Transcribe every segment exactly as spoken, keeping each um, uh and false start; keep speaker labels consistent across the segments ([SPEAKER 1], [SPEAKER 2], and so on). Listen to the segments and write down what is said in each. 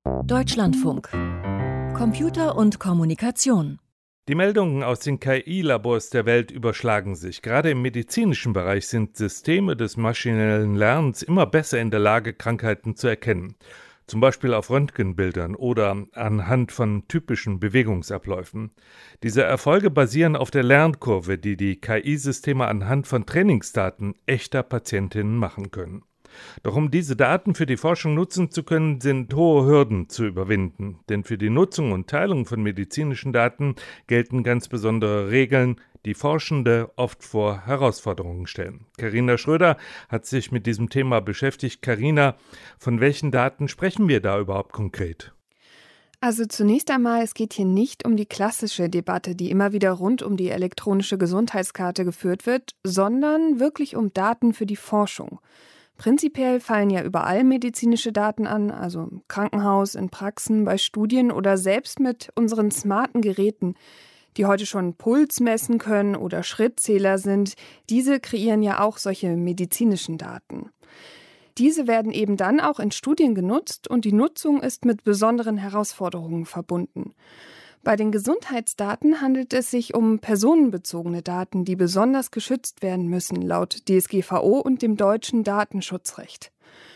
[SPEAKER 1] Deutschlandfunk. Computer und Kommunikation.
[SPEAKER 2] Die Meldungen aus den K I-Labors der Welt überschlagen sich. Gerade im medizinischen Bereich sind Systeme des maschinellen Lernens immer besser in der Lage, Krankheiten zu erkennen. Zum Beispiel auf Röntgenbildern oder anhand von typischen Bewegungsabläufen. Diese Erfolge basieren auf der Lernkurve, die die K I-Systeme anhand von Trainingsdaten echter Patientinnen machen können. Doch um diese Daten für die Forschung nutzen zu können, sind hohe Hürden zu überwinden. Denn für die Nutzung und Teilung von medizinischen Daten gelten ganz besondere Regeln, die Forschende oft vor Herausforderungen stellen. Carina Schröder hat sich mit diesem Thema beschäftigt. Carina, von welchen Daten sprechen wir da überhaupt konkret?
[SPEAKER 3] Also zunächst einmal, es geht hier nicht um die klassische Debatte, die immer wieder rund um die elektronische Gesundheitskarte geführt wird, sondern wirklich um Daten für die Forschung. Prinzipiell fallen ja überall medizinische Daten an, also im Krankenhaus, in Praxen, bei Studien oder selbst mit unseren smarten Geräten, die heute schon Puls messen können oder Schrittzähler sind. Diese kreieren ja auch solche medizinischen Daten. Diese werden eben dann auch in Studien genutzt und die Nutzung ist mit besonderen Herausforderungen verbunden. Bei den Gesundheitsdaten handelt es sich um personenbezogene Daten, die besonders geschützt werden müssen, laut D S G V O und dem deutschen Datenschutzrecht.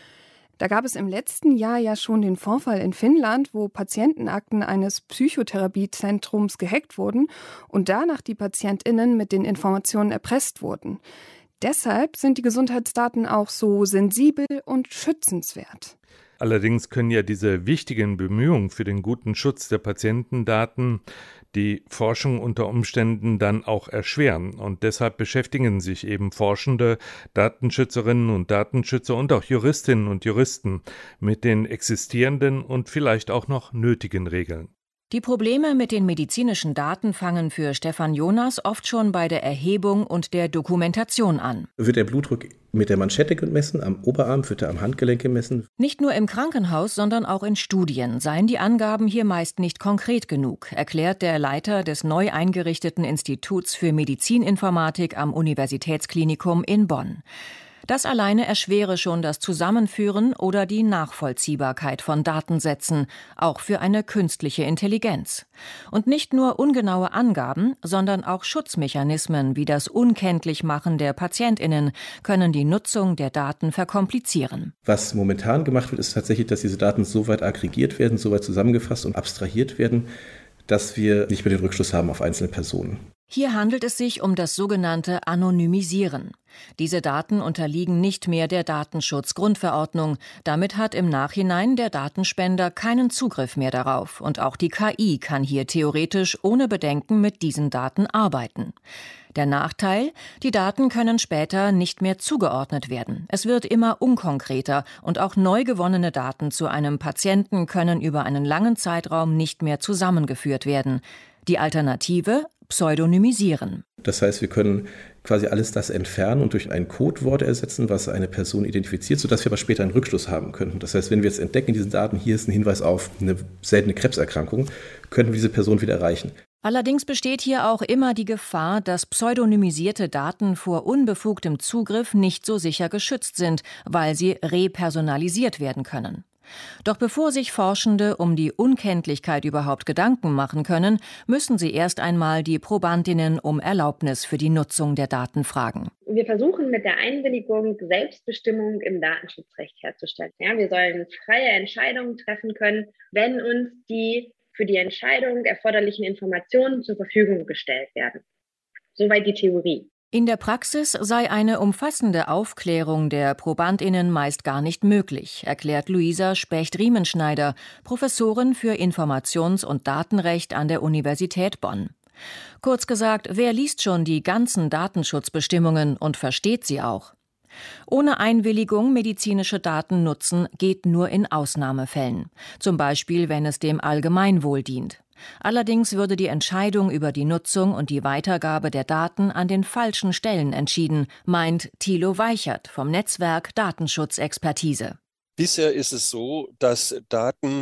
[SPEAKER 3] Da gab es im letzten Jahr ja schon den Vorfall in Finnland, wo Patientenakten eines Psychotherapiezentrums gehackt wurden und danach die PatientInnen mit den Informationen erpresst wurden. Deshalb sind die Gesundheitsdaten auch so sensibel und schützenswert.
[SPEAKER 2] Allerdings können ja diese wichtigen Bemühungen für den guten Schutz der Patientendaten die Forschung unter Umständen dann auch erschweren. Und deshalb beschäftigen sich eben Forschende, Datenschützerinnen und Datenschützer und auch Juristinnen und Juristen mit den existierenden und vielleicht auch noch nötigen Regeln.
[SPEAKER 1] Die Probleme mit den medizinischen Daten fangen für Stefan Jonas oft schon bei der Erhebung und der Dokumentation an.
[SPEAKER 4] Wird der Blutdruck mit der Manschette gemessen, am Oberarm, wird er am Handgelenk gemessen?
[SPEAKER 1] Nicht nur im Krankenhaus, sondern auch in Studien seien die Angaben hier meist nicht konkret genug, erklärt der Leiter des neu eingerichteten Instituts für Medizininformatik am Universitätsklinikum in Bonn. Das alleine erschwere schon das Zusammenführen oder die Nachvollziehbarkeit von Datensätzen, auch für eine künstliche Intelligenz. Und nicht nur ungenaue Angaben, sondern auch Schutzmechanismen wie das Unkenntlichmachen der PatientInnen können die Nutzung der Daten verkomplizieren.
[SPEAKER 4] Was momentan gemacht wird, ist tatsächlich, dass diese Daten so weit aggregiert werden, so weit zusammengefasst und abstrahiert werden, dass wir nicht mehr den Rückschluss haben auf einzelne Personen.
[SPEAKER 1] Hier handelt es sich um das sogenannte Anonymisieren. Diese Daten unterliegen nicht mehr der Datenschutzgrundverordnung. Damit hat im Nachhinein der Datenspender keinen Zugriff mehr darauf. Und auch die K I kann hier theoretisch ohne Bedenken mit diesen Daten arbeiten. Der Nachteil: Die Daten können später nicht mehr zugeordnet werden. Es wird immer unkonkreter und auch neu gewonnene Daten zu einem Patienten können über einen langen Zeitraum nicht mehr zusammengeführt werden. Die Alternative: Pseudonymisieren.
[SPEAKER 4] Das heißt, wir können quasi alles das entfernen und durch ein Codewort ersetzen, was eine Person identifiziert, sodass wir aber später einen Rückschluss haben könnten. Das heißt, wenn wir jetzt entdecken in diesen Daten, hier ist ein Hinweis auf eine seltene Krebserkrankung, könnten wir diese Person wieder erreichen.
[SPEAKER 1] Allerdings besteht hier auch immer die Gefahr, dass pseudonymisierte Daten vor unbefugtem Zugriff nicht so sicher geschützt sind, weil sie repersonalisiert werden können. Doch bevor sich Forschende um die Unkenntlichkeit überhaupt Gedanken machen können, müssen sie erst einmal die Probandinnen um Erlaubnis für die Nutzung der Daten fragen.
[SPEAKER 5] Wir versuchen mit der Einwilligung Selbstbestimmung im Datenschutzrecht herzustellen. Ja, wir sollen freie Entscheidungen treffen können, wenn uns die für die Entscheidung erforderlichen Informationen zur Verfügung gestellt werden. Soweit die Theorie.
[SPEAKER 1] In der Praxis sei eine umfassende Aufklärung der ProbandInnen meist gar nicht möglich, erklärt Luisa Specht-Riemenschneider, Professorin für Informations- und Datenrecht an der Universität Bonn. Kurz gesagt, wer liest schon die ganzen Datenschutzbestimmungen und versteht sie auch? Ohne Einwilligung medizinische Daten nutzen geht nur in Ausnahmefällen, zum Beispiel wenn es dem Allgemeinwohl dient. Allerdings würde die Entscheidung über die Nutzung und die Weitergabe der Daten an den falschen Stellen entschieden, meint Thilo Weichert vom Netzwerk Datenschutzexpertise.
[SPEAKER 6] Bisher ist es so, dass Daten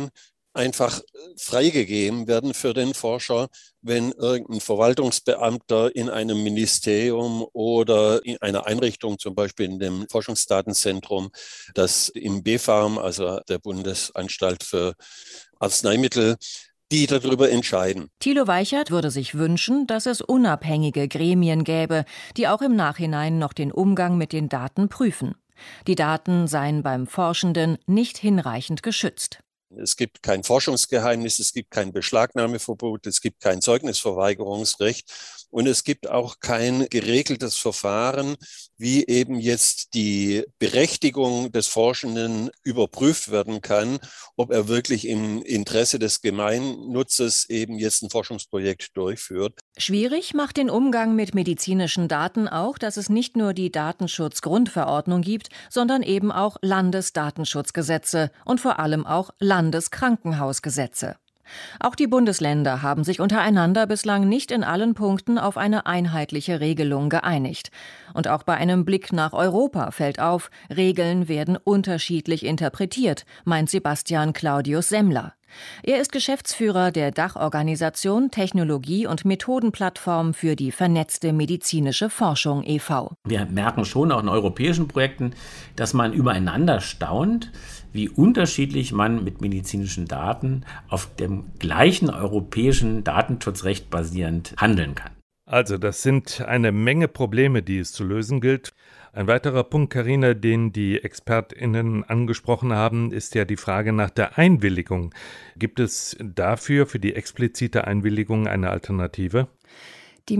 [SPEAKER 6] einfach freigegeben werden für den Forscher, wenn irgendein Verwaltungsbeamter in einem Ministerium oder in einer Einrichtung, zum Beispiel in dem Forschungsdatenzentrum, das im B fArM, also der Bundesanstalt für Arzneimittel, die darüber entscheiden.
[SPEAKER 1] Thilo Weichert würde sich wünschen, dass es unabhängige Gremien gäbe, die auch im Nachhinein noch den Umgang mit den Daten prüfen. Die Daten seien beim Forschenden nicht hinreichend geschützt.
[SPEAKER 6] Es gibt kein Forschungsgeheimnis, es gibt kein Beschlagnahmeverbot, es gibt kein Zeugnisverweigerungsrecht und es gibt auch kein geregeltes Verfahren, wie eben jetzt die Berechtigung des Forschenden überprüft werden kann, ob er wirklich im Interesse des Gemeinnutzes eben jetzt ein Forschungsprojekt durchführt.
[SPEAKER 1] Schwierig macht den Umgang mit medizinischen Daten auch, dass es nicht nur die Datenschutzgrundverordnung gibt, sondern eben auch Landesdatenschutzgesetze und vor allem auch Landeskrankenhausgesetze. Auch die Bundesländer haben sich untereinander bislang nicht in allen Punkten auf eine einheitliche Regelung geeinigt. Und auch bei einem Blick nach Europa fällt auf, Regeln werden unterschiedlich interpretiert, meint Sebastian Claudius Semmler. Er ist Geschäftsführer der Dachorganisation Technologie- und Methodenplattform für die vernetzte medizinische Forschung e V
[SPEAKER 7] Wir merken schon auch in europäischen Projekten, dass man übereinander staunt, wie unterschiedlich man mit medizinischen Daten auf dem gleichen europäischen Datenschutzrecht basierend handeln kann.
[SPEAKER 2] Also das sind eine Menge Probleme, die es zu lösen gilt. Ein weiterer Punkt, Carina, den die ExpertInnen angesprochen haben, ist ja die Frage nach der Einwilligung. Gibt es dafür, für die explizite Einwilligung, eine Alternative?
[SPEAKER 3] Die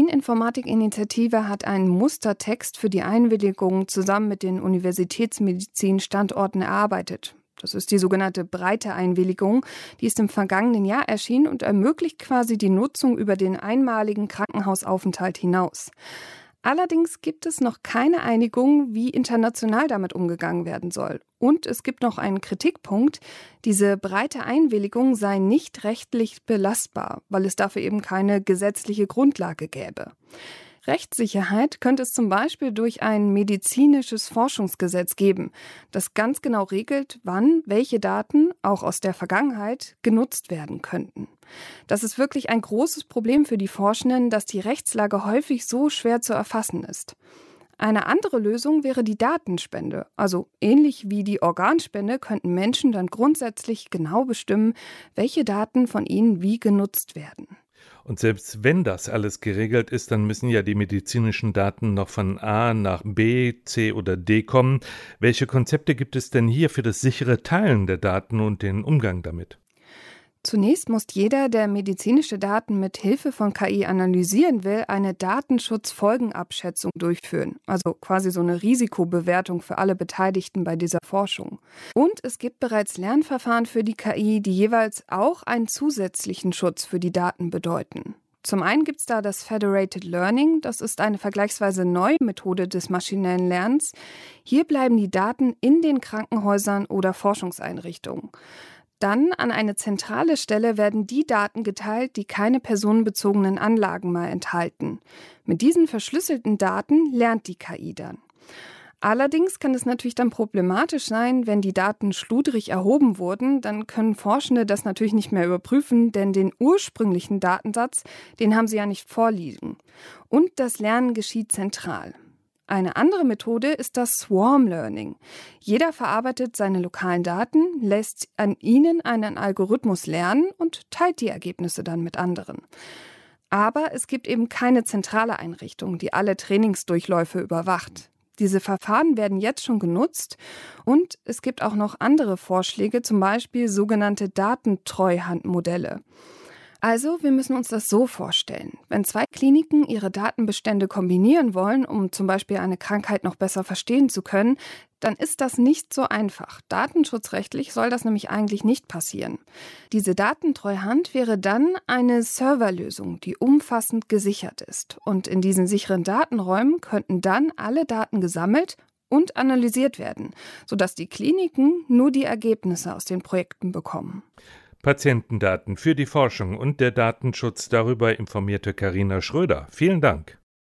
[SPEAKER 3] Medizininformatik-Initiative hat einen Mustertext für die Einwilligung zusammen mit den Universitätsmedizin-Standorten erarbeitet. Das ist die sogenannte breite Einwilligung, die ist im vergangenen Jahr erschienen und ermöglicht quasi die Nutzung über den einmaligen Krankenhausaufenthalt hinaus. Allerdings gibt es noch keine Einigung, wie international damit umgegangen werden soll. Und es gibt noch einen Kritikpunkt. Diese breite Einwilligung sei nicht rechtlich belastbar, weil es dafür eben keine gesetzliche Grundlage gäbe. Rechtssicherheit könnte es zum Beispiel durch ein medizinisches Forschungsgesetz geben, das ganz genau regelt, wann welche Daten, auch aus der Vergangenheit, genutzt werden könnten. Das ist wirklich ein großes Problem für die Forschenden, dass die Rechtslage häufig so schwer zu erfassen ist. Eine andere Lösung wäre die Datenspende. Also ähnlich wie die Organspende könnten Menschen dann grundsätzlich genau bestimmen, welche Daten von ihnen wie genutzt werden.
[SPEAKER 2] Und selbst wenn das alles geregelt ist, dann müssen ja die medizinischen Daten noch von A nach B, C oder D kommen. Welche Konzepte gibt es denn hier für das sichere Teilen der Daten und den Umgang damit?
[SPEAKER 3] Zunächst muss jeder, der medizinische Daten mit Hilfe von K I analysieren will, eine Datenschutzfolgenabschätzung durchführen. Also quasi so eine Risikobewertung für alle Beteiligten bei dieser Forschung. Und es gibt bereits Lernverfahren für die K I, die jeweils auch einen zusätzlichen Schutz für die Daten bedeuten. Zum einen gibt es da das Federated Learning, das ist eine vergleichsweise neue Methode des maschinellen Lernens. Hier bleiben die Daten in den Krankenhäusern oder Forschungseinrichtungen. Dann an eine zentrale Stelle werden die Daten geteilt, die keine personenbezogenen Anlagen mehr enthalten. Mit diesen verschlüsselten Daten lernt die K I dann. Allerdings kann es natürlich dann problematisch sein, wenn die Daten schludrig erhoben wurden, dann können Forschende das natürlich nicht mehr überprüfen, denn den ursprünglichen Datensatz, den haben sie ja nicht vorliegen. Und das Lernen geschieht zentral. Eine andere Methode ist das Swarm Learning. Jeder verarbeitet seine lokalen Daten, lässt an ihnen einen Algorithmus lernen und teilt die Ergebnisse dann mit anderen. Aber es gibt eben keine zentrale Einrichtung, die alle Trainingsdurchläufe überwacht. Diese Verfahren werden jetzt schon genutzt und es gibt auch noch andere Vorschläge, zum Beispiel sogenannte Datentreuhandmodelle. Also, wir müssen uns das so vorstellen. Wenn zwei Kliniken ihre Datenbestände kombinieren wollen, um zum Beispiel eine Krankheit noch besser verstehen zu können, dann ist das nicht so einfach. Datenschutzrechtlich soll das nämlich eigentlich nicht passieren. Diese Datentreuhand wäre dann eine Serverlösung, die umfassend gesichert ist. Und in diesen sicheren Datenräumen könnten dann alle Daten gesammelt und analysiert werden, sodass die Kliniken nur die Ergebnisse aus den Projekten bekommen.
[SPEAKER 2] Patientendaten für die Forschung und der Datenschutz, darüber informierte Carina Schröder. Vielen Dank.